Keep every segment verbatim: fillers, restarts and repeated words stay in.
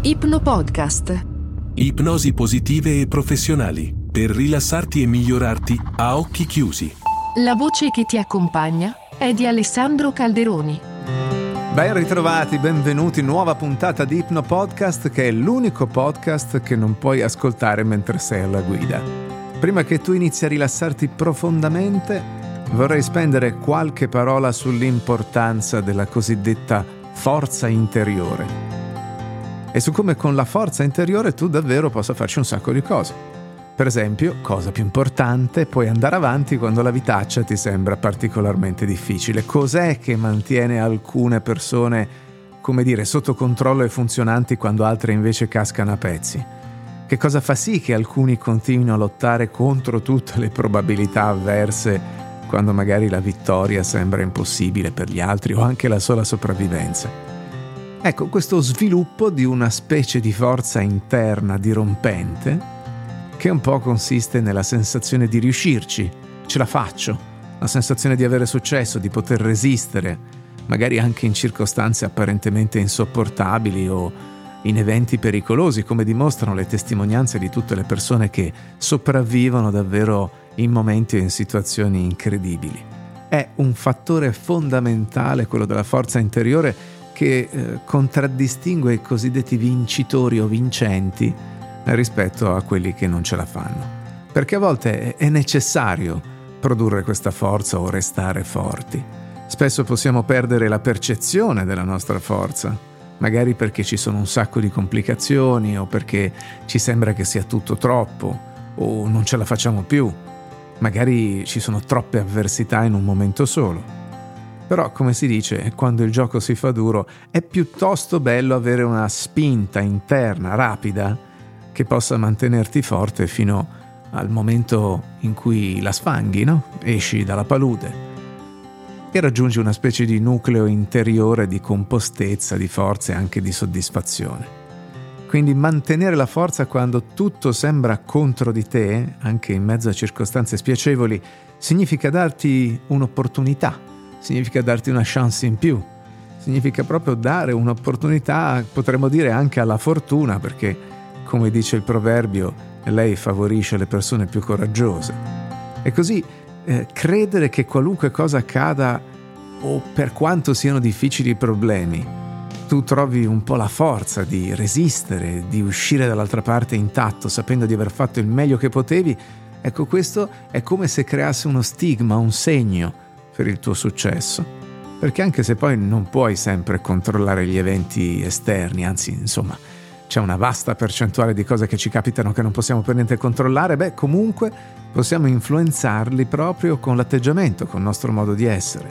Ipnopodcast. Ipnosi positive e professionali per rilassarti e migliorarti a occhi chiusi. La voce che ti accompagna è di Alessandro Calderoni. Ben ritrovati, benvenuti, nuova puntata di Ipnopodcast, che è l'unico podcast che non puoi ascoltare mentre sei alla guida. Prima che tu inizi a rilassarti profondamente, vorrei spendere qualche parola sull'importanza della cosiddetta forza interiore e su come con la forza interiore tu davvero possa farci un sacco di cose. Per esempio, cosa più importante, puoi andare avanti quando la vitaccia ti sembra particolarmente difficile. Cos'è che mantiene alcune persone, come dire, sotto controllo e funzionanti quando altre invece cascano a pezzi? Che cosa fa sì che alcuni continuino a lottare contro tutte le probabilità avverse quando magari la vittoria sembra impossibile per gli altri o anche la sola sopravvivenza? Ecco, questo sviluppo di una specie di forza interna dirompente che un po' consiste nella sensazione di riuscirci, ce la faccio, la sensazione di avere successo, di poter resistere, magari anche in circostanze apparentemente insopportabili o in eventi pericolosi, come dimostrano le testimonianze di tutte le persone che sopravvivono davvero in momenti e in situazioni incredibili. È un fattore fondamentale quello della forza interiore che eh, contraddistingue i cosiddetti vincitori o vincenti rispetto a quelli che non ce la fanno. Perché a volte è necessario produrre questa forza o restare forti. Spesso possiamo perdere la percezione della nostra forza, magari perché ci sono un sacco di complicazioni o perché ci sembra che sia tutto troppo o non ce la facciamo più. Magari ci sono troppe avversità in un momento solo. Però, come si dice, quando il gioco si fa duro, è piuttosto bello avere una spinta interna, rapida, che possa mantenerti forte fino al momento in cui la sfanghi, no? Esci dalla palude e raggiungi una specie di nucleo interiore di compostezza, di forza e anche di soddisfazione. Quindi mantenere la forza quando tutto sembra contro di te, anche in mezzo a circostanze spiacevoli, significa darti un'opportunità. Significa darti una chance in più, significa proprio dare un'opportunità, potremmo dire anche alla fortuna, perché, come dice il proverbio, lei favorisce le persone più coraggiose. E così eh, credere che qualunque cosa accada, o per quanto siano difficili i problemi, tu trovi un po' la forza di resistere, di uscire dall'altra parte intatto, sapendo di aver fatto il meglio che potevi, ecco, questo è come se creasse uno stigma, un segno per il tuo successo, perché anche se poi non puoi sempre controllare gli eventi esterni, anzi, insomma, c'è una vasta percentuale di cose che ci capitano che non possiamo per niente controllare, beh, comunque possiamo influenzarli proprio con l'atteggiamento, con il nostro modo di essere.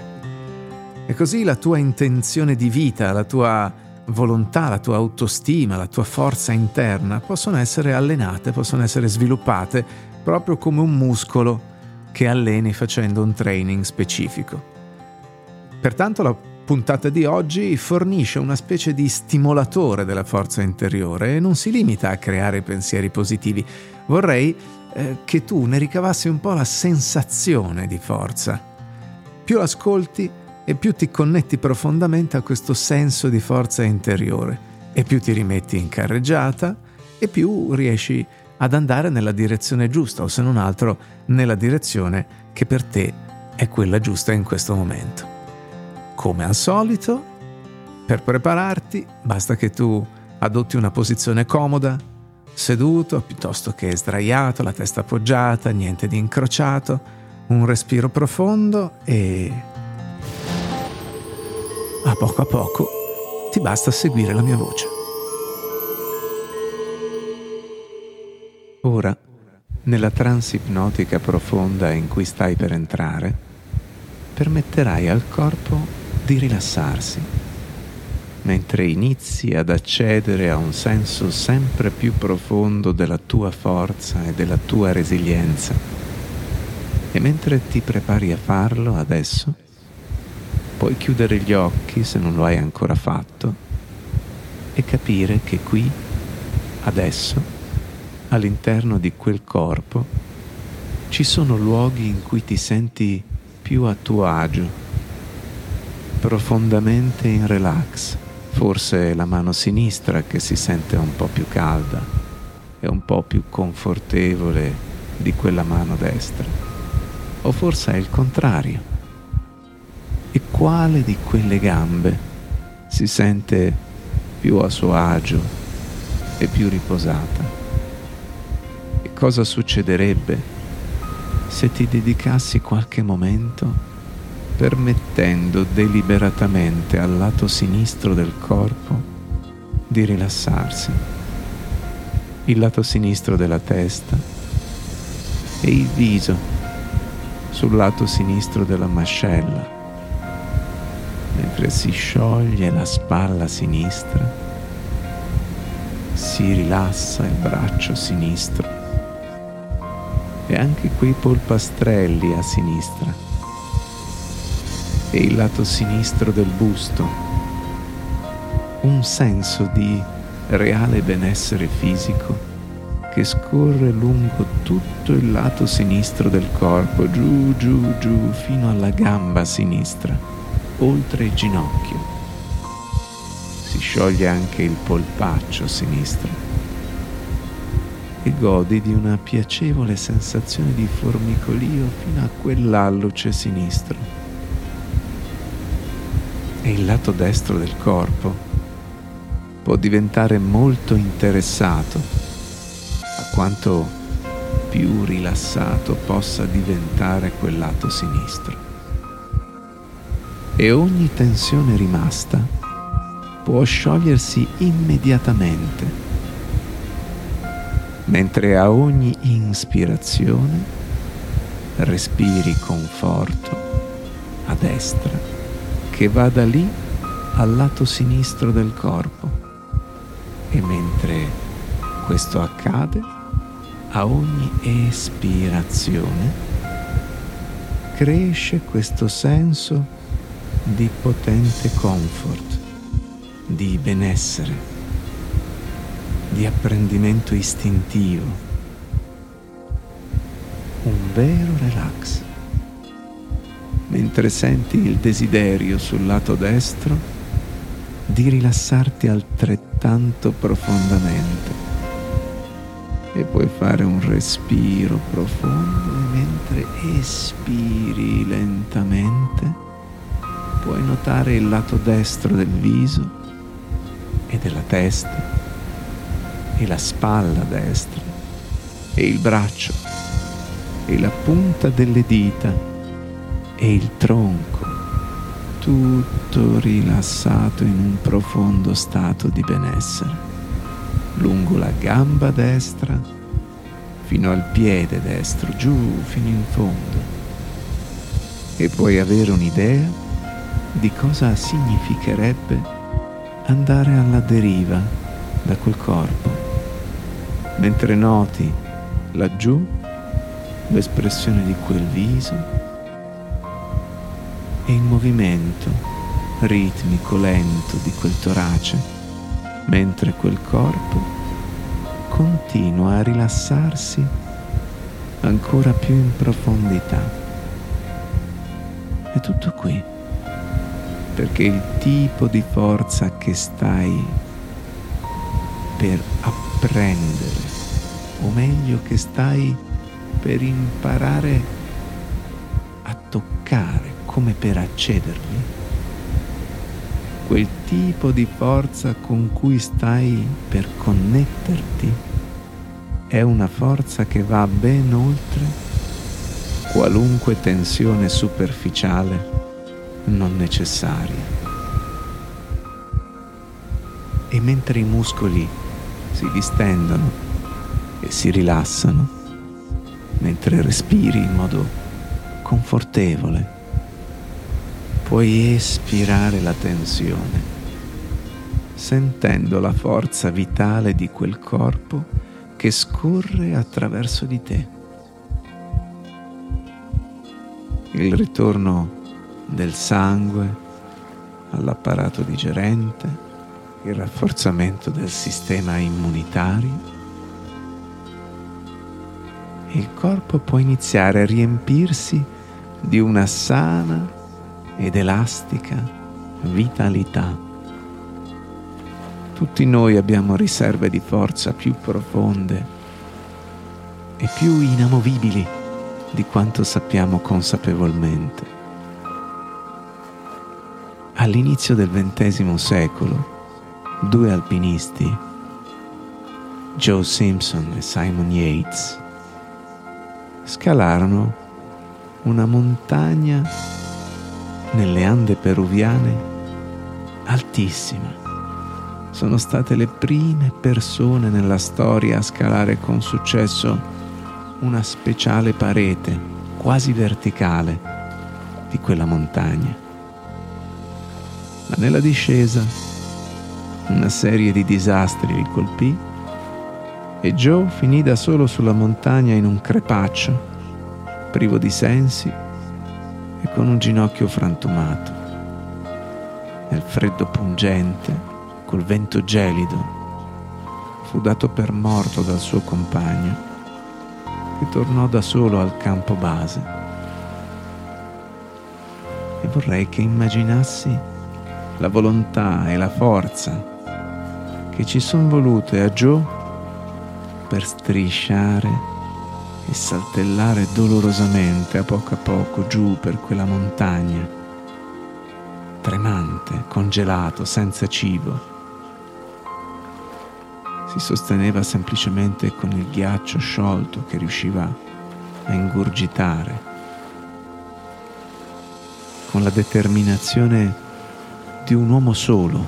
E così la tua intenzione di vita, la tua volontà, la tua autostima, la tua forza interna possono essere allenate, possono essere sviluppate proprio come un muscolo che alleni facendo un training specifico. Pertanto la puntata di oggi fornisce una specie di stimolatore della forza interiore e non si limita a creare pensieri positivi. Vorrei eh, che tu ne ricavassi un po' la sensazione di forza. Più ascolti e più ti connetti profondamente a questo senso di forza interiore e più ti rimetti in carreggiata e più riesci ad andare nella direzione giusta, o se non altro nella direzione che per te è quella giusta in questo momento. Come al solito, per prepararti basta che tu adotti una posizione comoda, seduto piuttosto che sdraiato, la testa appoggiata, niente di incrociato, un respiro profondo e a poco a poco ti basta seguire la mia voce. Ora, nella trance ipnotica profonda in cui stai per entrare, permetterai al corpo di rilassarsi, mentre inizi ad accedere a un senso sempre più profondo della tua forza e della tua resilienza. E mentre ti prepari a farlo adesso, puoi chiudere gli occhi se non lo hai ancora fatto e capire che qui, adesso, all'interno di quel corpo ci sono luoghi in cui ti senti più a tuo agio, profondamente in relax, Forse è la mano sinistra che si sente un po' più calda e un po' più confortevole di quella mano destra. O forse è il contrario. E quale di quelle gambe si sente più a suo agio e più riposata? E cosa succederebbe se ti dedicassi qualche momento permettendo deliberatamente al lato sinistro del corpo di rilassarsi, il lato sinistro della testa e il viso sul lato sinistro della mascella, mentre si scioglie la spalla sinistra, si rilassa il braccio sinistro e anche quei polpastrelli a sinistra e il lato sinistro del busto. Un senso di reale benessere fisico che scorre lungo tutto il lato sinistro del corpo, giù, giù, giù, fino alla gamba sinistra, oltre il ginocchio. Si scioglie anche il polpaccio sinistro e godi di una piacevole sensazione di formicolio fino a quell'alluce sinistro. E il lato destro del corpo può diventare molto interessato a quanto più rilassato possa diventare quel lato sinistro. E ogni tensione rimasta può sciogliersi immediatamente, mentre a ogni inspirazione respiri conforto a destra che va da lì al lato sinistro del corpo, e mentre questo accade, a ogni espirazione cresce questo senso di potente comfort, di benessere, di apprendimento istintivo, un vero relax. Mentre senti il desiderio sul lato destro di rilassarti altrettanto profondamente, e puoi fare un respiro profondo e mentre espiri lentamente puoi notare il lato destro del viso e della testa e la spalla destra e il braccio e la punta delle dita e il tronco, tutto rilassato in un profondo stato di benessere, lungo la gamba destra fino al piede destro, giù fino in fondo. E puoi avere un'idea di cosa significherebbe andare alla deriva da quel corpo, mentre noti laggiù l'espressione di quel viso e il movimento ritmico lento di quel torace, mentre quel corpo continua a rilassarsi ancora più in profondità. È tutto qui, perché il tipo di forza che stai per apprendere, o meglio che stai per imparare a toccare, come per accedervi, quel tipo di forza con cui stai per connetterti è una forza che va ben oltre qualunque tensione superficiale non necessaria. E mentre i muscoli si distendono e si rilassano, mentre respiri in modo confortevole, puoi espirare la tensione, sentendo la forza vitale di quel corpo che scorre attraverso di te. Il ritorno del sangue all'apparato digerente, il rafforzamento del sistema immunitario. Il corpo può iniziare a riempirsi di una sana ed elastica vitalità, Tutti noi abbiamo riserve di forza più profonde e più inamovibili di quanto sappiamo consapevolmente. All'inizio del ventesimo secolo, due alpinisti, Joe Simpson e Simon Yates, scalarono una montagna nelle Ande peruviane altissima. Sono state le prime persone nella storia a scalare con successo una speciale parete quasi verticale di quella montagna. Ma nella discesa una serie di disastri li colpì e Joe finì da solo sulla montagna in un crepaccio, privo di sensi e con un ginocchio frantumato. Nel freddo pungente, col vento gelido, fu dato per morto dal suo compagno, che tornò da solo al campo base. E vorrei che immaginassi la volontà e la forza che ci sono volute a Joe per strisciare e saltellare dolorosamente a poco a poco giù per quella montagna, tremante, congelato, senza cibo. Si sosteneva semplicemente con il ghiaccio sciolto che riusciva a ingurgitare, con la determinazione di un uomo solo.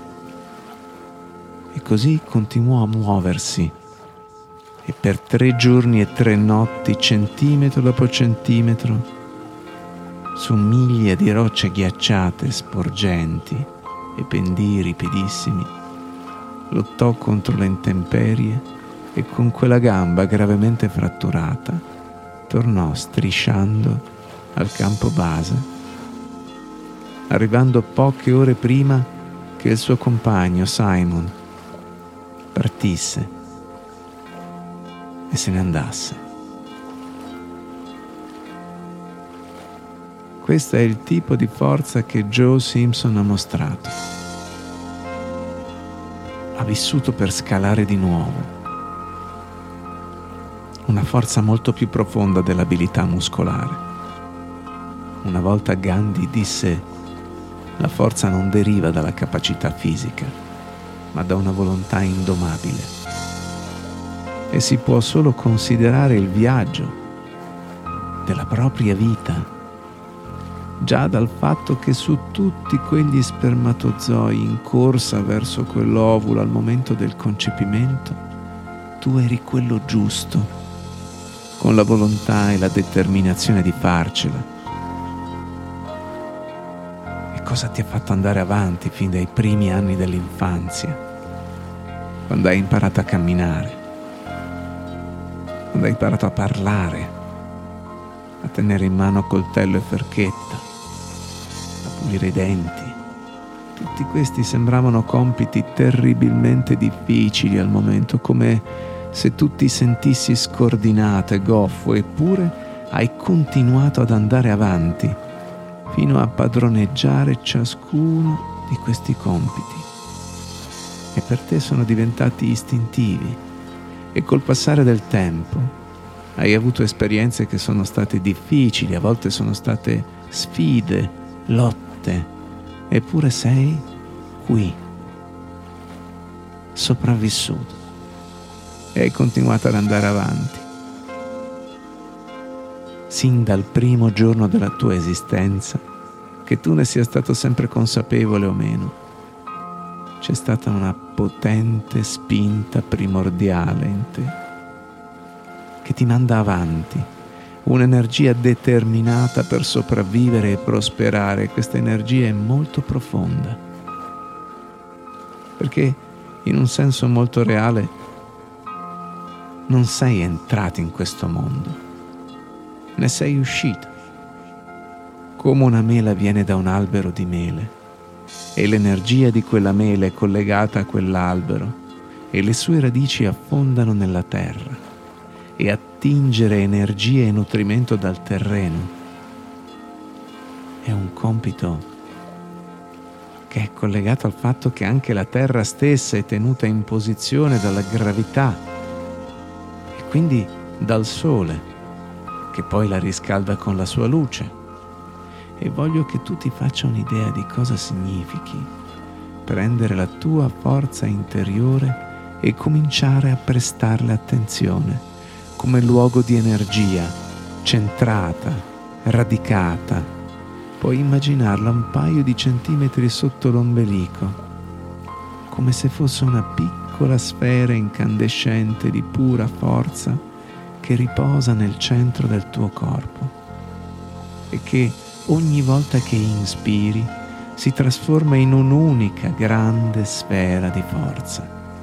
E così continuò a muoversi e per tre giorni e tre notti, centimetro dopo centimetro, su miglia di rocce ghiacciate, sporgenti e pendii ripidissimi, lottò contro le intemperie e con quella gamba gravemente fratturata tornò strisciando al campo base, arrivando poche ore prima che il suo compagno Simon partisse e se ne andasse. Questo è il tipo di forza che Joe Simpson ha mostrato. Ha vissuto per scalare di nuovo. Una forza molto più profonda dell'abilità muscolare. Una volta Gandhi disse: la forza non deriva dalla capacità fisica, ma da una volontà indomabile. E si può solo considerare il viaggio della propria vita già dal fatto che su tutti quegli spermatozoi in corsa verso quell'ovulo al momento del concepimento, tu eri quello giusto, con la volontà e la determinazione di farcela. E cosa ti ha fatto andare avanti fin dai primi anni dell'infanzia, quando hai imparato a camminare, quando hai imparato a parlare, a tenere in mano coltello e forchetta, pulire i denti. Tutti questi sembravano compiti terribilmente difficili al momento, come se tu ti sentissi scordinato e goffo, eppure hai continuato ad andare avanti fino a padroneggiare ciascuno di questi compiti. E per te sono diventati istintivi e col passare del tempo hai avuto esperienze che sono state difficili, a volte sono state sfide, lotte, eppure sei qui, sopravvissuto, e hai continuato ad andare avanti. Sin dal primo giorno della tua esistenza, che tu ne sia stato sempre consapevole o meno, c'è stata una potente spinta primordiale in te, che ti manda avanti, un'energia determinata per sopravvivere e prosperare. Questa energia è molto profonda, perché in un senso molto reale non sei entrato in questo mondo, ne sei uscito. Come una mela viene da un albero di mele e l'energia di quella mela è collegata a quell'albero e le sue radici affondano nella terra, e attingere energia e nutrimento dal terreno è un compito che è collegato al fatto che anche la Terra stessa è tenuta in posizione dalla gravità e quindi dal Sole, che poi la riscalda con la sua luce. E voglio che tu ti faccia un'idea di cosa significhi prendere la tua forza interiore e cominciare a prestarle attenzione come luogo di energia, centrata, radicata. Puoi immaginarla un paio di centimetri sotto l'ombelico, come se fosse una piccola sfera incandescente di pura forza che riposa nel centro del tuo corpo e che ogni volta che inspiri si trasforma in un'unica grande sfera di forza.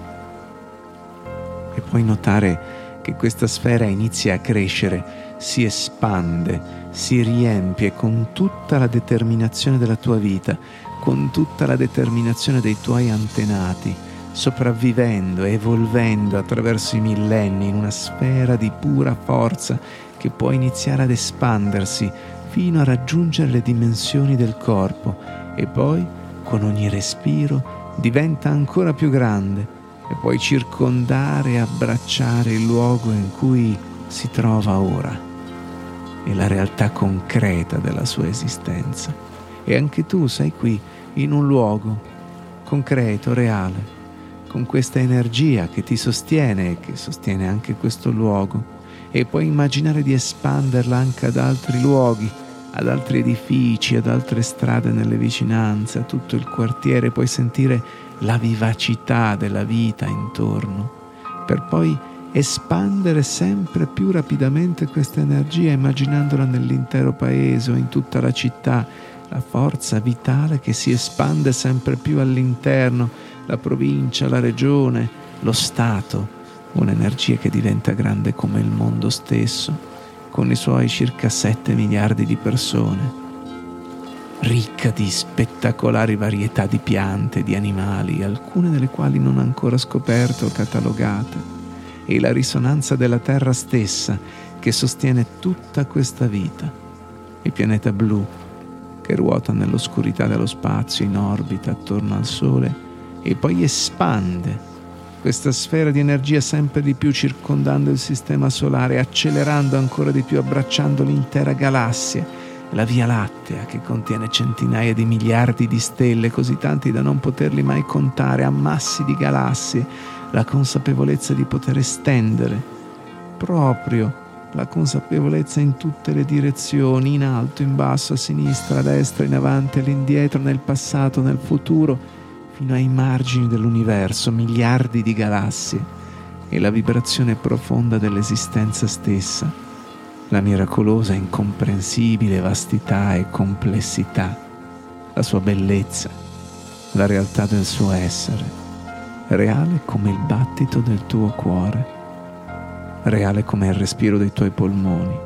E puoi notare che questa sfera inizia a crescere, si espande, si riempie con tutta la determinazione della tua vita, con tutta la determinazione dei tuoi antenati, sopravvivendo, evolvendo attraverso i millenni in una sfera di pura forza che può iniziare ad espandersi fino a raggiungere le dimensioni del corpo e poi, con ogni respiro, diventa ancora più grande e puoi circondare e abbracciare il luogo in cui si trova ora e la realtà concreta della sua esistenza. E anche tu sei qui in un luogo concreto, reale, con questa energia che ti sostiene e che sostiene anche questo luogo, e puoi immaginare di espanderla anche ad altri luoghi, ad altri edifici, ad altre strade nelle vicinanze, a tutto il quartiere. Puoi sentire la vivacità della vita intorno, per poi espandere sempre più rapidamente questa energia, immaginandola nell'intero paese o in tutta la città, la forza vitale che si espande sempre più all'interno, la provincia, la regione, lo Stato, un'energia che diventa grande come il mondo stesso, con i suoi circa sette miliardi di persone, ricca di spettacolari varietà di piante, di animali, alcune delle quali non ancora scoperte o catalogate, e la risonanza della Terra stessa che sostiene tutta questa vita, il pianeta blu che ruota nell'oscurità dello spazio in orbita attorno al Sole e poi espande questa sfera di energia sempre di più circondando il sistema solare, accelerando ancora di più, abbracciando l'intera galassia, la Via Lattea che contiene centinaia di miliardi di stelle, così tanti da non poterli mai contare, ammassi di galassie, la consapevolezza di poter estendere proprio la consapevolezza in tutte le direzioni, in alto, in basso, a sinistra, a destra, in avanti, all'indietro, nel passato, nel futuro, fino ai margini dell'universo, miliardi di galassie, e la vibrazione profonda dell'esistenza stessa, la miracolosa, incomprensibile vastità e complessità, la sua bellezza, la realtà del suo essere, reale come il battito del tuo cuore, reale come il respiro dei tuoi polmoni,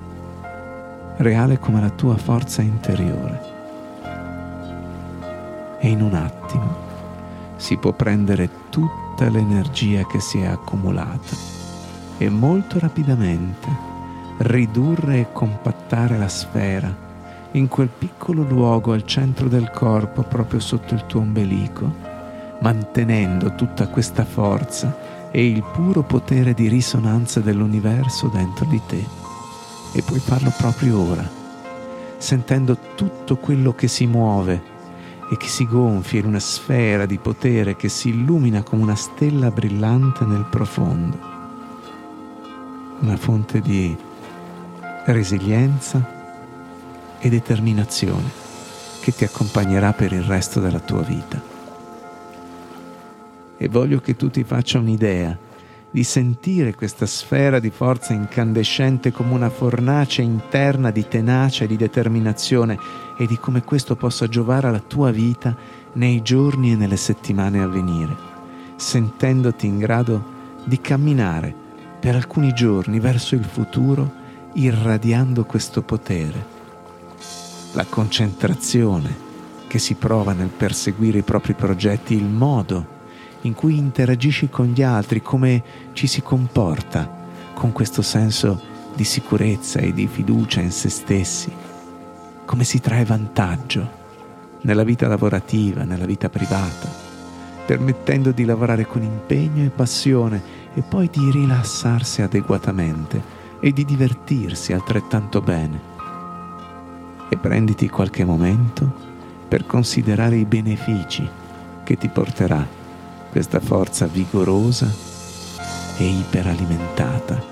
reale come la tua forza interiore. E in un attimo si può prendere tutta l'energia che si è accumulata e molto rapidamente ridurre e compattare la sfera in quel piccolo luogo al centro del corpo, proprio sotto il tuo ombelico, mantenendo tutta questa forza e il puro potere di risonanza dell'universo dentro di te. E puoi farlo proprio ora, sentendo tutto quello che si muove e che si gonfia in una sfera di potere che si illumina come una stella brillante nel profondo, una fonte di resilienza e determinazione che ti accompagnerà per il resto della tua vita. E voglio che tu ti faccia un'idea di sentire questa sfera di forza incandescente come una fornace interna di tenacia e di determinazione, e di come questo possa giovare alla tua vita nei giorni e nelle settimane a venire, sentendoti in grado di camminare per alcuni giorni verso il futuro, irradiando questo potere, la concentrazione che si prova nel perseguire i propri progetti, il modo in cui interagisci con gli altri, come ci si comporta con questo senso di sicurezza e di fiducia in se stessi, come si trae vantaggio nella vita lavorativa, nella vita privata, permettendo di lavorare con impegno e passione e poi di rilassarsi adeguatamente e di divertirsi altrettanto bene. E prenditi qualche momento per considerare i benefici che ti porterà questa forza vigorosa e iperalimentata.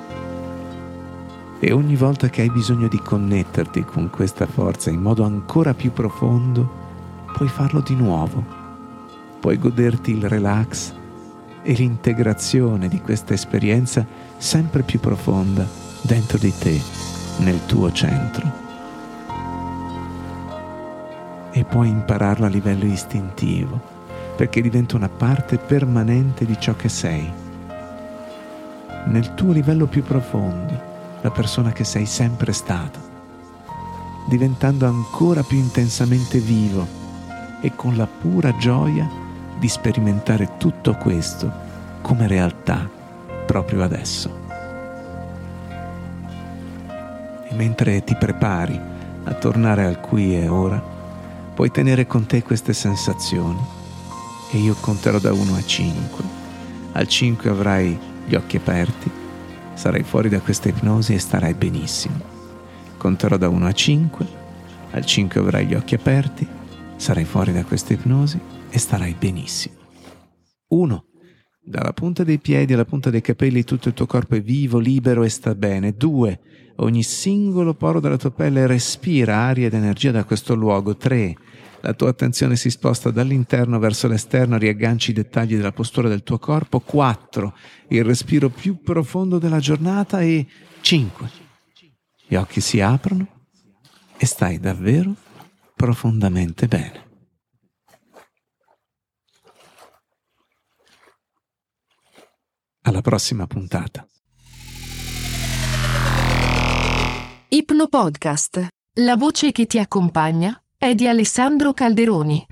E ogni volta che hai bisogno di connetterti con questa forza in modo ancora più profondo, puoi farlo di nuovo. Puoi goderti il relax e l'integrazione di questa esperienza sempre più profonda dentro di te, nel tuo centro. E puoi impararlo a livello istintivo, perché diventa una parte permanente di ciò che sei. Nel tuo livello più profondo, la persona che sei sempre stata, diventando ancora più intensamente vivo e con la pura gioia di sperimentare tutto questo come realtà proprio adesso. E mentre ti prepari a tornare al qui e ora, puoi tenere con te queste sensazioni e io conterò da uno a cinque. Al cinque avrai gli occhi aperti, sarai fuori da questa ipnosi e starai benissimo. Conterò da uno a cinque, al cinque avrai gli occhi aperti, sarai fuori da questa ipnosi e starai benissimo. uno. Dalla punta dei piedi alla punta dei capelli tutto il tuo corpo è vivo, libero e sta bene. due. Ogni singolo poro della tua pelle respira aria ed energia da questo luogo. tre. La tua attenzione si sposta dall'interno verso l'esterno, riagganci i dettagli della postura del tuo corpo. quattro. Il respiro più profondo della giornata. E cinque. Gli occhi si aprono e stai davvero profondamente bene. Alla prossima puntata. Ipno Podcast. La voce che ti accompagna è di Alessandro Calderoni.